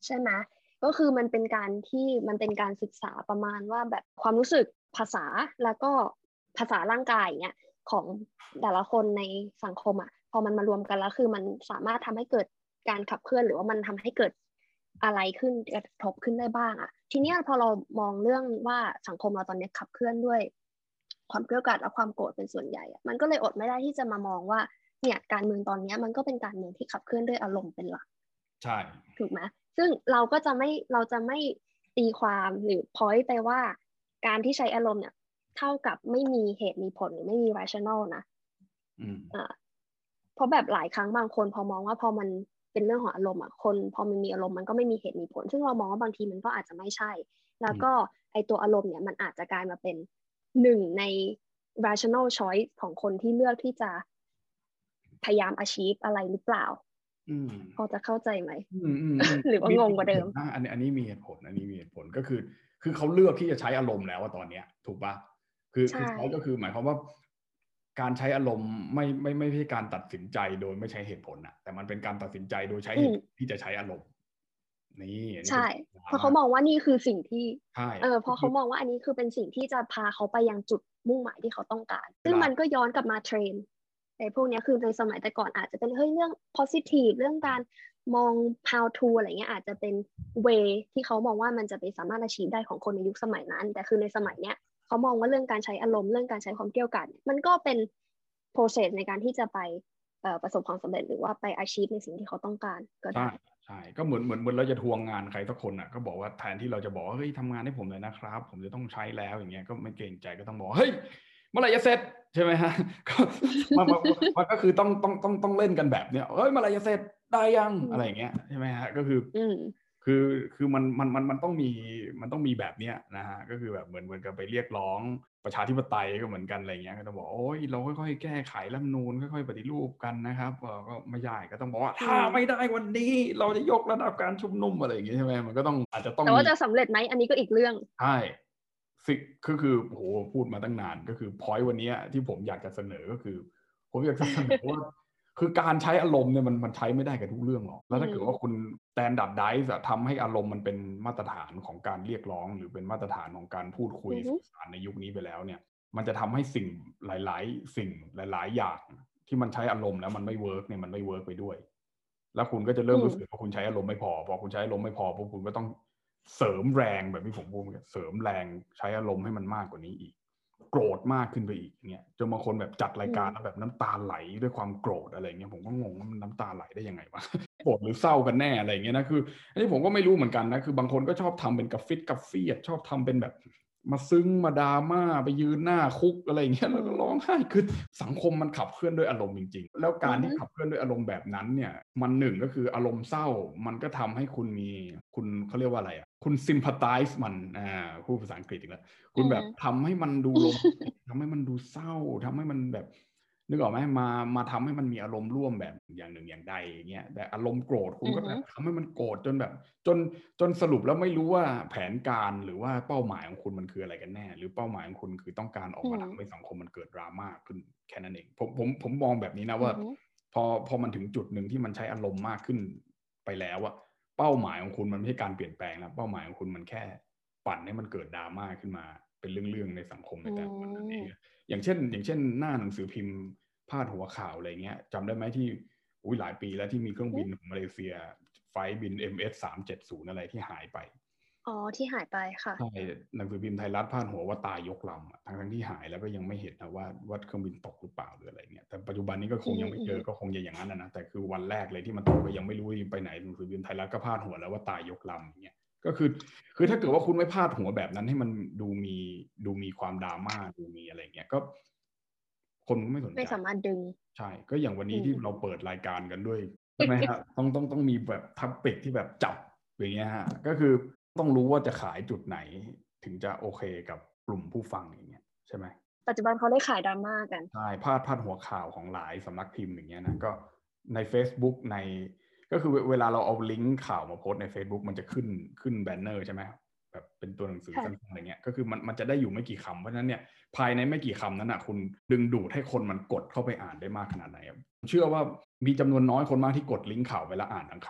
Speaker 1: ใช่ไหมก็คือมันเป็นการที่มันเป็นการศึกษาประมาณว่าแบบความรู้สึกภาษาแล้วก็ภาษาร่างกายเนี่ยของแต่ละคนในสังคมอ่ะพอมันมารวมกันแล้วคือมันสามารถทำให้เกิดการขับเคลื่อนหรือว่ามันทำให้เกิดอะไรขึ้นกระทบขึ้นได้บ้างอ่ะทีนี้พอเรามองเรื่องว่าสังคมเราตอนนี้ขับเคลื่อนด้วยความเกลียวกราดและความโกรธเป็นส่วนใหญ่อ่ะมันก็เลยอดไม่ได้ที่จะมามองว่าเนี่ยการเมืองตอนนี้มันก็เป็นการเมืองที่ขับเคลื่อนด้วยอารมณ์เป็นหลัก
Speaker 2: ใช่
Speaker 1: ถูกไหมซึ่งเราก็จะไม่เราจะไม่ตีความหรือ point ไปว่าการที่ใช้อารมณ์เนี่ยเท่ากับไม่มีเหตุมีผลหรือไม่มี rational นะ
Speaker 2: อืม
Speaker 1: อ่าเพราะแบบหลายครั้งบางคนพอมองว่าพอมันเป็นเรื่องของอารมณ์อ่ะคนพอมันมีอารมณ์มันก็ไม่มีเหตุมีผลซึ่งเรามองว่าบางทีมันก็อาจจะไม่ใช่แล้วก็ไอตัวอารมณ์เนี่ยมันอาจจะกลายมาเป็นหนึ่งใน rational choice ของคนที่เลือกที่จะพยายาม achieve อะไรหรือเปล่าพอจะเข้าใจไหมหรือว่างงกว่าเดิม
Speaker 2: อันนี้อันนี้มีเหตุผลอันนี้มีเหตุผลก็คือคือเขาเลือกที่จะใช้อารมณ์แล้วว่าตอนเนี้ยถูกปะคือคือใช้ก็คือหมายความว่าการใช้อารมณ์ไม่ไม่ไม่ใช่การตัดสินใจโดยไม่ใช้เหตุผลนะแต่มันเป็นการตัดสินใจโดยใช้เหตุที่จะใช้อารมณ์นี่
Speaker 1: ใช่เพราะเขามองว่านี่คือสิ่งที่
Speaker 2: ใช่
Speaker 1: เออเพราะเขามองว่าอันนี้คือเป็นสิ่งที่จะพาเขาไปยังจุดมุ่งหมายที่เขาต้องการซึ่งมันก็ย้อนกลับมาเทรนในพวกนี้คือในสมัยแต่ก่อนอาจจะเป็นเฮ้ยเรื่อง positive เรื่องการมอง how to อะไรเงี้ยอาจจะเป็น way ที่เขามองว่ามันจะไปสามารถ achieve ได้ของคนในยุคสมัยนั้นแต่คือในสมัยเนี้ยเขามองว่าเรื่องการใช้อารมณ์เรื่องการใช้ความเกลี้ยกล่อมมันก็เป็น process ในการที่จะไปประสบความสำเร็จหรือว่าไป achieve ในสิ่งที่เขาต้องการก็ได้
Speaker 2: ใช่ก็เหมือนเหมือนเหมือนเราจะทวงงานใครสักคนอ่ะก็บอกว่าแทนที่เราจะบอกว่าเฮ้ยทำงานให้ผมเลยนะครับผมจะต้องใช้แล้วอย่างเงี้ยก็ไม่เกรงใจก็ต้องบอกเฮ้ยเมื่อไหร่จะเสร็จใช่ไหมฮะก็มันมันก็คือต้องต้องต้องต้องเล่นกันแบบเนี้ยเฮ้ยเมื่อไหร่จะเสร็จได้ยังอะไรอย่างเงี้ยใช่ไหมฮะก็คือคือคือมันมันมันมันต้องมีมันต้องมีแบบเนี้ยนะฮะก็คือแบบเหมือนเหมือนกับไปเรียกร้องประชาธิปไตยก็เหมือนกันอะไรเงี้ยก็ต้องบอกโอ้ยเราค่อยๆแก้ไขรัฐธรรมนูญค่อยๆปฏิรูปกันนะครับก็ไม่ได้ก็ต้องบอกว่าถ้าไม่ได้วันนี้เราจะยกระดับการชุมนุมอะไรอย่างเงี้ยใช่ไหมมันก็ต้องอาจจะต้อง
Speaker 1: แต่ว่าจะสำเร็จไหมอันนี้ก็อีกเรื่อง
Speaker 2: ใช่สิคือคือโหพูดมาตั้งนานก็คือพอยต์วันนี้ที่ผมอยากจะเสนอก็คือผมอยากจะเสนอว่าคือการใช้อารมณ์เนี่ยมันมันใช้ไม่ได้กับทุกเรื่องหรอกแล้วถ้าเกิดว่าคุณ standardize อะทำให้อารมณ์มันเป็นมาตรฐานของการเรียกร้องหรือเป็นมาตรฐานของการพูดคุยสื่อสารในยุคนี้ไปแล้วเนี่ยมันจะทำให้สิ่งหลายๆสิ่งหลายๆอย่างที่มันใช้อารมณ์แล้วมันไม่เวิร์กเนี่ยมันไม่เวิร์กไปด้วยแล้วคุณก็จะเริ่มรู้สึกว่าคุณใช้อารมณ์ไม่พอพอคุณใช้อารมณ์ไม่พอพวกคุณก็ต้องเสริมแรงแบบที่ผมพูดเสริมแรงใช้อารมณ์ให้มันมากกว่านี้อีกโกรธมากขึ้นไปอีกเนี่ยจนบางคนแบบจัดรายการแล้วแบบน้ำตาไหลด้วยความโกรธอะไรเงี้ยผมก็งงว่ามันน้ำตาไหลได้ยังไงวะโกรธหรือเศร้ากันแน่อะไรเงี้ยนะคืออันนี้ผมก็ไม่รู้เหมือนกันนะคือบางคนก็ชอบทำเป็นกราฟิกกราฟีดชอบทำเป็นแบบมาซึ้งมาดราม่าไปยืนหน้าคุกอะไรอย่างเงี้ยแล้วก็ร้องไห้คือสังคมมันขับเคลื่อนด้วยอารมณ์จริงๆแล้วการที่ขับเคลื่อนด้วยอารมณ์แบบนั้นเนี่ยมันหนึ่งก็คืออารมณ์เศร้ามันก็ทำให้คุณมีคุณเขาเรียกว่าอะไรอ่ะคุณ sympathize มันอ่าพูดภาษาอังกฤษอีกแล้วคุณแบบทำให้มันดูลมทำให้มันดูเศร้าทำให้มันแบบนึกออกไหมมามาทำให้มันมีอารมณ์ร่วมแบบอย่างหนึ่งอย่างใดอย่างเงี้ยแต่อารมณ์โกรธคุณก็แบบทำให้มันโกรธจนแบบจนจนสรุปแล้วไม่รู้ว่าแผนการหรือว่าเป้าหมายของคุณมันคืออะไรกันแน่หรือเป้าหมายของคุณคือต้องการออกมาทำให้สังคมมันเกิดดราม่าขึ้นแค่นั้นเองผมผมผมมองแบบนี้นะว่าพอพอมันถึงจุดหนึ่งที่มันใช้อารมณ์มากขึ้นไปแล้วอะเป้าหมายของคุณมันไม่ใช่การเปลี่ยนแปลงแล้วเป้าหมายของคุณมันแค่ปั่นให้มันเกิดดราม่าขึ้นมาเป็นเรื่องๆในสังคมในแต่ละวันนั่นเองอย่างเช่นอย่างเช่นหน้าหนังสือพิมพ์พาดหัวข่าวอะไรเงี้ยจำได้ไหมที่อุ้ยหลายปีแล้วที่มีเครื่องบินของมาเลเซียไฟบิน เอ็ม เอส สามเจ็ดศูนย์อะไรที่หายไป
Speaker 1: อ๋อที่หายไปค่ะ
Speaker 2: ใช่หนังสือพิมพ์ไทยรัฐพาดหัวว่าตายยกลำทั้งทั้งที่หายแล้วก็ยังไม่เห็นนะว่าว่าเครื่องบินตกหรือเปล่าหรืออะไรเงี้ยแต่ปัจจุบันนี้ก็คงยังไม่เจอก็คงจะอย่างนั้นนะแต่คือวันแรกเลยที่มันตกก็ยังไม่รู้ไปไหนหนังสือพิมพ์ไทยรัฐก็พาดหัวแล้วว่าตายยกลำอย่างเงี้ยก็คือคือถ้าเกิดว่าคุณไม่พาดหัวแบบนั้นให้มันดูมีดูมีความดราม่าดูมีอะไรเงี้ยก็คนก็ไม่สนใจ
Speaker 1: ไม่สามารถดึง
Speaker 2: ใช่ก็อย่างวันนี้ที่เราเปิดรายการกันด้วยใช่ไหมฮะต้องต้องต้องมีแบบท็อปิกที่แบบจับอย่างเงี้ยฮะก็คือต้องรู้ว่าจะขายจุดไหนถึงจะโอเคกับกลุ่มผู้ฟังอย่างเงี้ยใช่ไหม
Speaker 1: ปัจจุบันเขาได้ขายดราม่ากัน
Speaker 2: ใช่พาดพาดหัวข่าวของหลายสำนักพิมพ์อย่างเงี้ยนะก็ใน Facebook ในก็คือเวลาเราเอาลิงก์ข่าวมาโพสใน Facebook มันจะขึ้นขึ้นแบนเนอร์ใช่ไหมแบบเป็นตัวหนังสือสั้นๆอะไรเงี้ยก็คือมันมันจะได้อยู่ไม่กี่คำเพราะฉะนั้นเนี่ยภายในไม่กี่คำนั้นนะคุณดึงดูดให้คนมันกดเข้าไปอ่านได้มากขนาดไหนผมเชื่อว่ามีจำนวนน้อยคนมากที่กดลิงก์ข่าวไปแล้วอ่านทั้งข่าว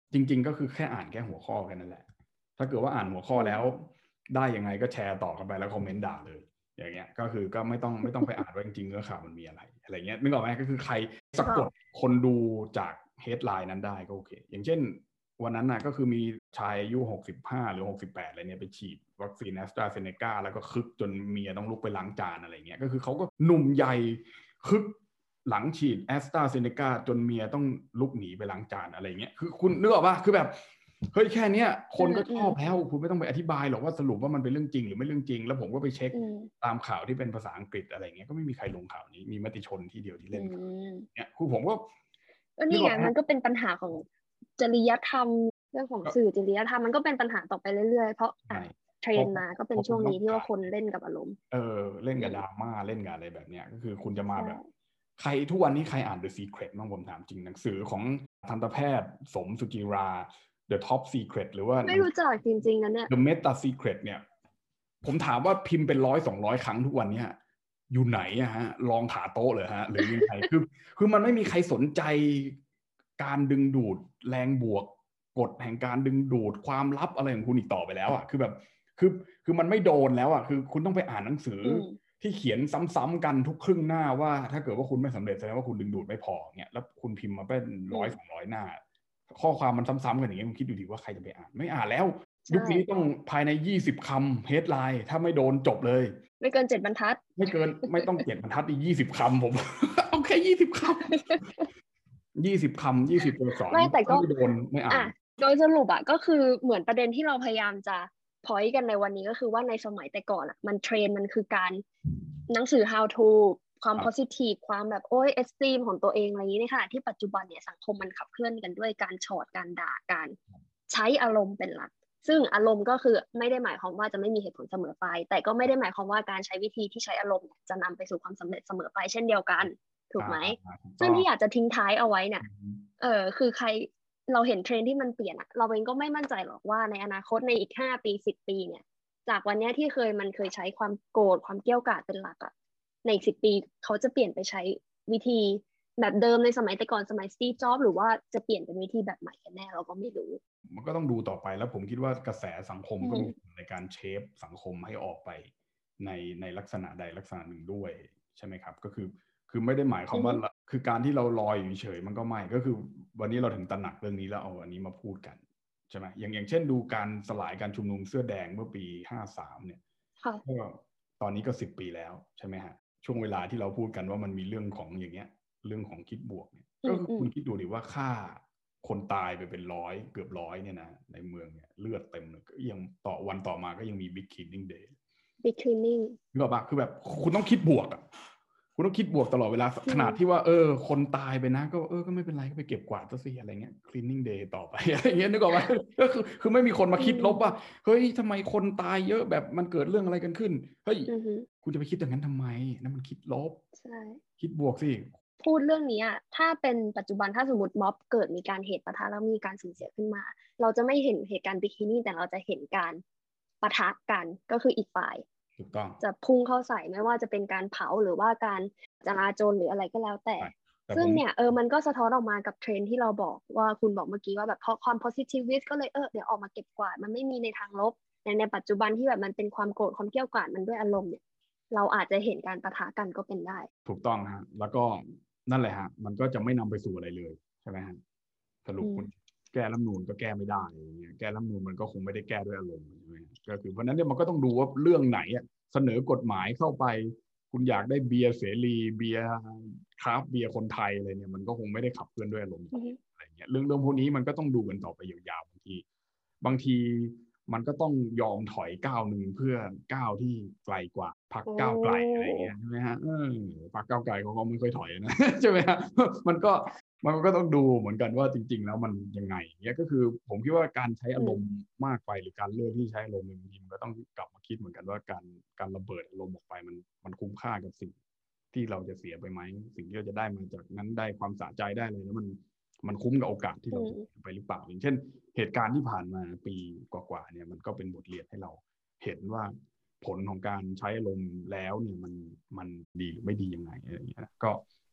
Speaker 2: จริงๆก็คือแค่อ่านแค่หัวข้อแค่นั้นแหละถ้าเกิดว่าอ่านหัวข้อแล้วได้ยังไงก็แชร์ต่อกันไปแล้วคอมเมนต์ด่าเลยอย่างเงี้ยก็คือก็ไม่ต้องไม่ต้องไปอ่านว่าจริงๆเนื้อข่าวมันมีอะไรอะไรเงี้ยนึกออกไหมก็คือใครสะกดคนดูจากเฮดไลน์นั้นได้ก็โอเคอย่างเช่นวันนั้นน่ะก็คือมีชายอายุหกสิบห้าหรือหกสิบแปดอะไรเนี่ยไปฉีดวัคซีนแอสตราเซเนกาแล้วก็คึกจนเมียต้องลุกไปล้างจานอะไรเงี้ยก็คือเขาก็หนุ่มใหญ่คึกหลังฉีดแอสตราเซเนกาจนเมียต้องลุกหนีไปล้างจานอะไรเงี้ยคือคุณนึกออกป่ะคือแบบเฮ้ยแค่เนี้ยคนก็ชอบแล้วคุณไม่ต้องไปอธิบายหรอกว่าสรุปว่ามันเป็นเรื่องจริงหรือไม่เรื่องจริงแล้วผมก็ไปเช็คตามข่าวที่เป็นภาษาอังกฤษอะไรเงี้ยก็ไม่มีใครลงข่าวนี้มีมติชนที่เดียวที่เล่นเนี่ยคือผมก็
Speaker 1: นี่ไงมันก็เป็นปัญหาของจริยธรรมเรื่องของสื่อจริยธรรมมันก็เป็นปัญหาต่อไปเรื่อยๆเพราะเทรนมาก็เป็นช่วงนี้ที่ว่าคนเล่นกับอารมณ์
Speaker 2: เออเล่นกับดราม่าเล่นกับอะไรแบบเนี้ยก็คือคุณจะมาแบบใครทุกวันนี้ใครอ่าน The Secret บ้างผมถามจริงหนังสือของทันตแพทย์สมสุจิรา The Top Secret หรือว่า
Speaker 1: ไม่รู้จักจริงๆนะเนี่ย
Speaker 2: The Meta Secret เนี่ยผมถามว่าพิมพ์เป็นร้อยสองร้อยครั้งทุกวันนี้อยู่ไหนอะฮะลองขาโต๊ะเลยฮะหรือยังไงคือคือมันไม่มีใครสนใจการดึงดูดแรงบวกกฎแห่งการดึงดูดความลับอะไรของคุณอีกต่อไปแล้วอ่ะคือแบบคือคือมันไม่โดนแล้วอ่ะคือคุณต้องไปอ่านหนังสือที่เขียนซ้ำๆกันทุกครึ่งหน้าว่าถ้าเกิดว่าคุณไม่สำเร็จแสดงว่าคุณดึงดูดไม่พอเนี่ยแล้วคุณพิมพ์มาเป็นร้อยสองร้อยหน้าข้อความมันซ้ำๆกันอย่างเงี้ยคุณคิดดูดิว่าใครจะไปอ่านไม่อ่านแล้วยุคนี้ต้องภายในยี่สิบคำเฮดไลน์ถ้าไม่โดนจบเลย
Speaker 1: ไม่เกินเจ็ดบรรทัด
Speaker 2: ไม่เกินไม่ต้องเจ็ดบรรทัดอีกยี่สิบคำผมโอเคยี่สิบคำยี่สิบคำยี่สิบตัวสอน
Speaker 1: ไม่แต่ก็
Speaker 2: ไม่โดนไม่อ่าน
Speaker 1: โดยสรุปอะก็คือเหมือนประเด็นที่เราพยายามจะพอยต์กันในวันนี้ก็คือว่าในสมัยแต่ก่อนอะมันเทรนมันคือการหนังสือ how to ความ positive ความแบบโอ้ย esteem ของตัวเองอะไรอย่างนี้ในขณะที่ปัจจุบันเนี่ยสังคมมันขับเคลื่อนกันด้วยการช็อตการด่าการใช้อารมณ์เป็นหลักซึ่งอารมณ์ก็คือไม่ได้หมายความว่าจะไม่มีเหตุผลเสมอไปแต่ก็ไม่ได้หมายความว่าการใช้วิธีที่ใช้อารมณ์จะนำไปสู่ความสำเร็จเสมอไปเช่นเดียวกันถูกไหมซึ่งที่อยากจะทิ้งท้ายเอาไว้เนี่ยเออคือใครเราเห็นเทรนด์ที่มันเปลี่ยนอะเราเองก็ไม่มั่นใจหรอกว่าในอนาคตในอีกห้าปีสิบปีเนี่ยจากวันนี้ที่เคยมันเคยใช้ความโกรธความเกรี้ยวกราดเป็นหลักอะในอีกสิบปีเขาจะเปลี่ยนไปใช้วิธีแบบเดิมในสมัยแต่ก่อนสมัยสตีฟจ็อบส์หรือว่าจะเปลี่ยนเป็นวิธีแบบใหม่กันแน่เราก็ไม่รู้
Speaker 2: มันก็ต้องดูต่อไปแล้วผมคิดว่ากระแสสังคมก็มีในการเชฟสังคมให้ออกไปในในลักษณะใดลักษณะหนึ่งด้วยใช่ไหมครับก็คือคือไม่ได้หมายความว่าคือการที่เราลอยอยู่เฉยมันก็ไม่ก็คือวันนี้เราถึงตระหนักเรื่องนี้แล้วเอาอันนี้มาพูดกันใช่ไหมอย่างอย่างเช่นดูการสลายการชุมนุมเสื้อแดงเมื่อปีห้าสามเนี่ยก็ตอนนี้ก็สิบปีแล้วใช่ไหมฮะช่วงเวลาที่เราพูดกันว่ามันมีเรื่องของอย่างเงี้ยเรื่องของคิดบวกเนี่ยก็คือคุณคิดดูดิว่าค่าคนตายไปเป็นร้อยเกือบร้อยเนี่ยนะในเมืองเนี่ยเลือดเต็มเลยก็ยังต่อวันต่อมาก็ยังมี Big Cleaning Day
Speaker 1: Big Cleaning
Speaker 2: นึกออกปะคือแบบคุณต้องคิดบวกอ่ะคุณต้องคิดบวกตลอดเวลาขนาดที่ว่าเออคนตายไปนะก็เออก็ไม่เป็นไรก็ไปเก็บกวาดซะสิอะไรเงี้ย Cleaning Day ต่อไปอะไรเงี้ยนึกออกปะก็คือคือไม่มีคนมาคิดลบว่าเฮ้ยทำไมคนตายเยอะแบบมันเกิดเรื่องอะไรกันขึ้นเฮ้ยคุณจะไปคิดอย่างนั้นทำไมนั่นมันคิดลบ
Speaker 1: ใช่
Speaker 2: คิดบวกสิ
Speaker 1: พูดเรื่องนี้ถ้าเป็นปัจจุบันถ้าสมมติม็อบเกิดมีการเหตุปะทะแล้วมีการสูญเสียขึ้นมาเราจะไม่เห็นเหตุการณ์บิกินี่แต่เราจะเห็นการปะทะกันก็คืออีกฝ่าย
Speaker 2: ถูกต้อง
Speaker 1: จะพุ่งเข้าใส่ไม่ว่าจะเป็นการเผาหรือว่าการจลาจลหรืออะไรก็แล้วแต่ซึ่งเนี่ยเออมันก็สะท้อนออกมากับเทรนด์ที่เราบอกว่าคุณบอกเมื่อกี้ว่าแบบเพราะความ positivist ก็เลยเออเดี๋ยวออกมาเก็บกวาดมันไม่มีในทางลบในในปัจจุบันที่แบบมันเป็นความโกรธความเกรี้ยวกราดมันด้วยอารมณ์เนี่ยเราอาจจะเห็นการปะทะกันก็เป็นได้
Speaker 2: ถูกต้องฮะแล้วก็นั่นแหละฮะมันก็จะไม่นำไปสู่อะไรเลยใช่ไหมฮะสรุปคุณแก้รัฐธรรมนูญก็แก้ไม่ได้อย่างเงี้ยแก้รัฐธรรมนูญมันก็คงไม่ได้แก้ด้วยอารมณ์ใช่ไหมก็คือเพราะนั้นเนี่ยมันก็ต้องดูว่าเรื่องไหนอ่ะเสนอกฎหมายเข้าไปคุณอยากได้เบียร์เสรีเบียร์คราฟเบียร์คนไทยอะไรเนี่ยมันก็คงไม่ได้ขับเคลื่อนด้วยอารมณ์อะไรเงี้ยเรื่องเรื่องพวกนี้มันก็ต้องดูกันต่อไปยาวๆบางทีบางทีมันก็ต้องยอมถอยก้าวหนึ่งเพื่อก้าวที่ไกลกว่าพรรคก้าวไกลอะไรเงี้ยใช่ไหมฮะเออพรรคก้าวไกลเขาก็ไม่ค่อยถอยนะใช่ไหมฮะมันก็มันก็ต้องดูเหมือนกันว่าจริงๆแล้วมันยังไงเนี้ยก็คือผมคิดว่าการใช้อารมณ์มากไปหรือการเลือกที่ใช้อารมณ์บางทีมันก็ต้องกลับมาคิดเหมือนกันว่าการการระเบิดอารมณ์ออกไปมันมันคุ้มค่ากับสิ่งที่เราจะเสียไปไหมสิ่งที่เราจะได้มาจากนั้นได้ความสะใจได้เลยแล้วมันมันคุ้มกับโอกาสที่เราไปหรือเปล่าอย่างเช่นเหตุการณ์ที่ผ่านมาปีกว่าๆเนี่ยมันก็เป็นบทเรียนให้เราเห็นว่าผลของการใช้อารมณ์แล้วเนี่ยมันมันดีหรือไม่ดียังไงอะไรอย่างเงี้ยก็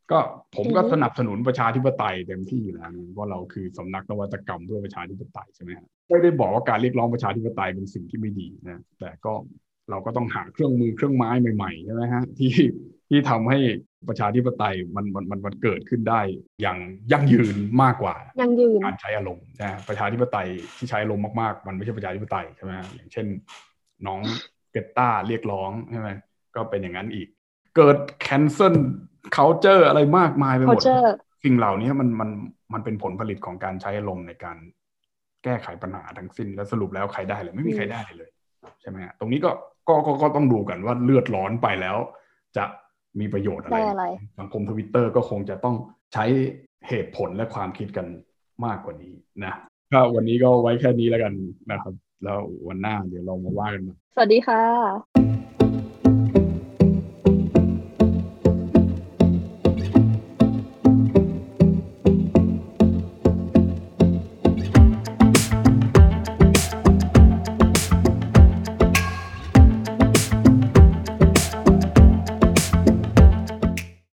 Speaker 2: ก็ผมก็สนับสนุนประชาธิปไตยเต็มที่อยู่แล้วเพราะเราคือสำนักนวัตกรรมเพื่อประชาธิปไตยใช่ไหมครับไม่ได้บอกว่าการเรียกร้องประชาธิปไตยเป็นสิ่งที่ไม่ดีนะแต่ก็เราก็ต้องหาเครื่องมือเครื่องไม้ใหม่ๆใช่ไหมฮะที่ที่ทำให้ประชาธิปไตยมันมันมันมันเกิดขึ้นได้อย่างยั่งยืนมากกว่า
Speaker 1: ยั่งยืน
Speaker 2: การใช้อารมณ์นะประชาธิปไตยที่ใช้อารมณ์มากๆมันไม่ใช่ประชาธิปไตยใช่ไหมอย่างเช่นน้องเกตตาเรียกร้องใช่ไหมก็เป็นอย่างนั้นอีกเกิด cancel culture อะไรมากมายไปหมดสิ่งเหล่านี้มันมันมันเป็นผลผลิตของการใช้อารมณ์ในการแก้ไขปัญหาทั้งสิ้นแล้วสรุปแล้วใครได้เลยไม่มีใครได้เลยใช่ไหมฮะตรงนี้ก็ก็ก็ก็ต้องดูกันว่าเลือดร้อนไปแล้วจะมีประโยชน์อะไรสังคม Twitter ก็คงจะต้องใช้เหตุผลและความคิดกันมากกว่านี้นะก็วันนี้ก็ไว้แค่นี้แล้วกันนะครับแล้ววันหน้าเดี๋ยวเรามาว่ากันใหม่
Speaker 1: สวัสดีค่ะ